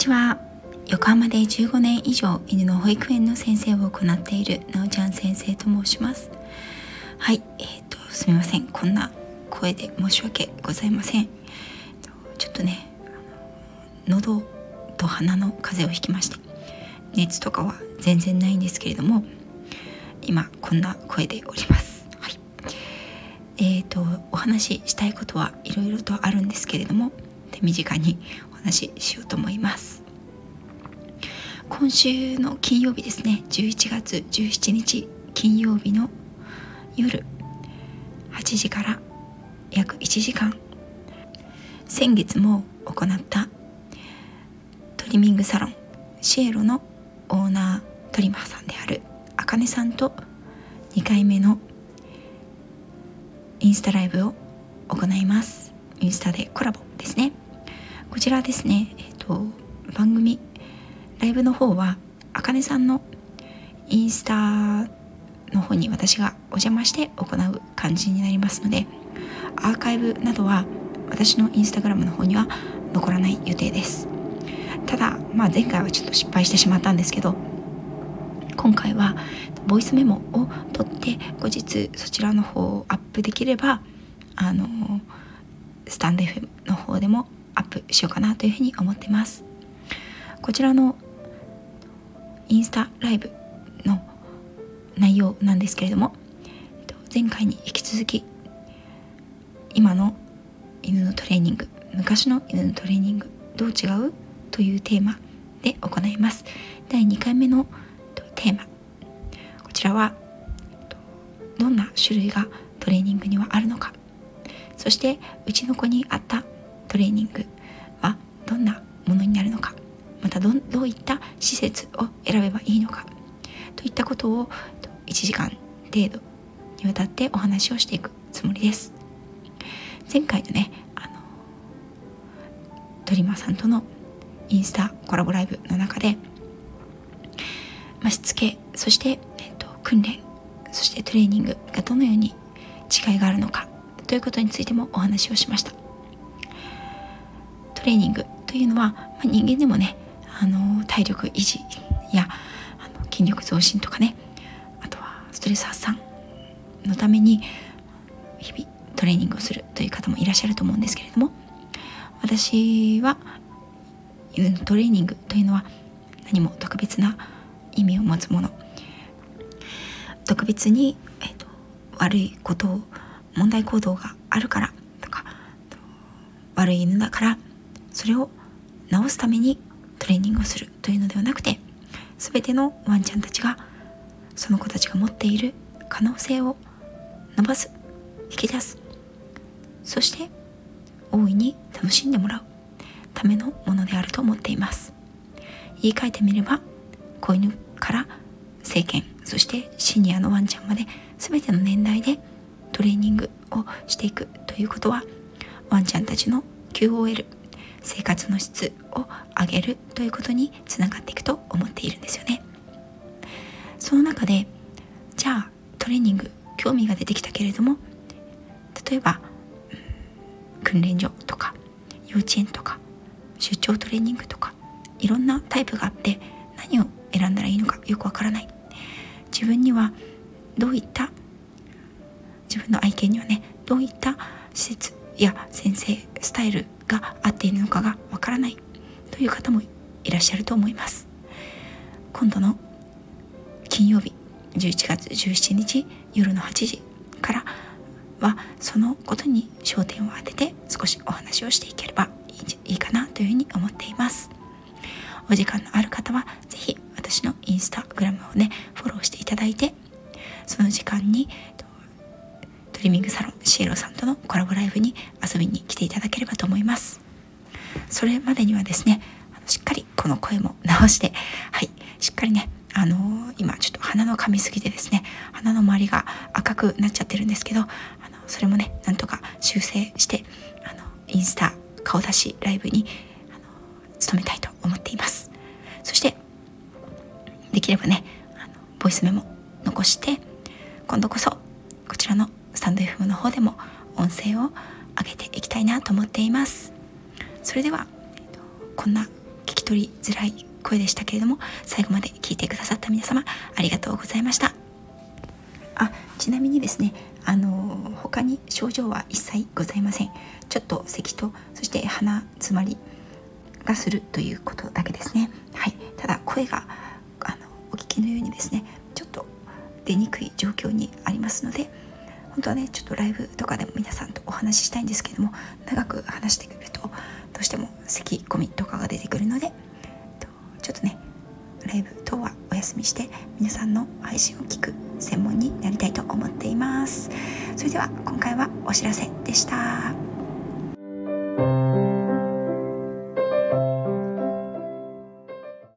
ちは。横浜で15年以上犬の保育園の先生を行っているなおちゃん先生と申します。はい、すみません、こんな声で申し訳ございません。ちょっとね、喉と鼻の風邪をひきまして、熱とかは全然ないんですけれども、今こんな声でおります。はい、お話ししたいことはいろいろとあるんですけれども、手短にお話ししようと思います。今週の金曜日ですね、11月17日金曜日の夜8時から約1時間、先月も行ったトリミングサロンシエロのオーナートリマーさんであるあかねさんと2回目のインスタライブを行います。インスタでコラボですね。こちらですね、番組ライブの方はあかねさんのインスタの方に私がお邪魔して行う感じになりますので、アーカイブなどは私のインスタグラムの方には残らない予定です。ただ、前回はちょっと失敗してしまったんですけど、今回はボイスメモを取って後日そちらの方をアップできればスタンド FM の方でもアップしようかなというふうに思っています。こちらのインスタライブの内容なんですけれども、前回に引き続き今の犬のトレーニング、昔の犬のトレーニングどう違うというテーマで行います。第2回目のテーマ、こちらはどんな種類がトレーニングにはあるのか、そしてうちの子に合ったトレーニングはどんなものになるのか、またどういった施設を選べばいいのかといったことを1時間程度にわたってお話をしていくつもりです。前回のね、トリマーさんとのインスタコラボライブの中で、しつけ、そして、訓練、そしてトレーニングがどのように違いがあるのかということについてもお話をしました。トレーニングというのは、人間でもね、体力維持や筋力増進とかね、あとはストレス発散のために日々トレーニングをするという方もいらっしゃると思うんですけれども、私はトレーニングというのは何も特別な意味を持つもの、特別に、悪いことを、問題行動があるからとか、悪い犬だからそれを治すためにトレーニングをするというのではなくて、全てのワンちゃんたちがその子たちが持っている可能性を伸ばす、引き出す、そして大いに楽しんでもらうためのものであると思っています。言い換えてみれば、子犬から成犬、そしてシニアのワンちゃんまで全ての年代でトレーニングをしていくということは、ワンちゃんたちの QOL、生活の質を上げるということにつながっていくと思っているんですよね。その中で、じゃあトレーニング興味が出てきたけれども、例えば訓練所とか幼稚園とか出張トレーニングとかいろんなタイプがあって、何を選んだらいいのかよくわからない、自分にはどういった、自分の愛犬にはね、どういった施設や先生スタイルが合っているのかがわからないという方もいらっしゃると思います。今度の金曜日11月17日夜の8時からはそのことに焦点を当てて少しお話をしていければいいかなというふうに思っています。お時間のある方はぜひ私のインスタグラムをねフォローしていただいて、その時間にトリミングサロンシエロさんとのコラボライブに遊びに来ていただければと思います。それまでにはですね、しっかりこの声も直して、しっかりね、今ちょっと鼻の噛みすぎでですね、鼻の周りが赤くなっちゃってるんですけど、それもねなんとか修正してインスタ顔出しライブに努めたいと思っています。そしてできればねボイスメモ残して、今度こそこちらのスタンド FM の方でも音声を上げていきたいなと思っています。それではこんな聞き取りづらい声でしたけれども、最後まで聞いてくださった皆様ありがとうございました。ちなみにですね、他に症状は一切ございません。ちょっと咳と、そして鼻詰まりがするということだけですね。はい、ただ声がお聞きのようにですね、ちょっと出にくい状況にありますので、本当はね、ちょっとライブとかでも皆さんとお話ししたいんですけれども、長く話してくるとどうしても咳込みとかが出てくるので、ちょっとね、ライブ等はお休みして皆さんの配信を聞く専門になりたいと思っています。それでは今回はお知らせでした。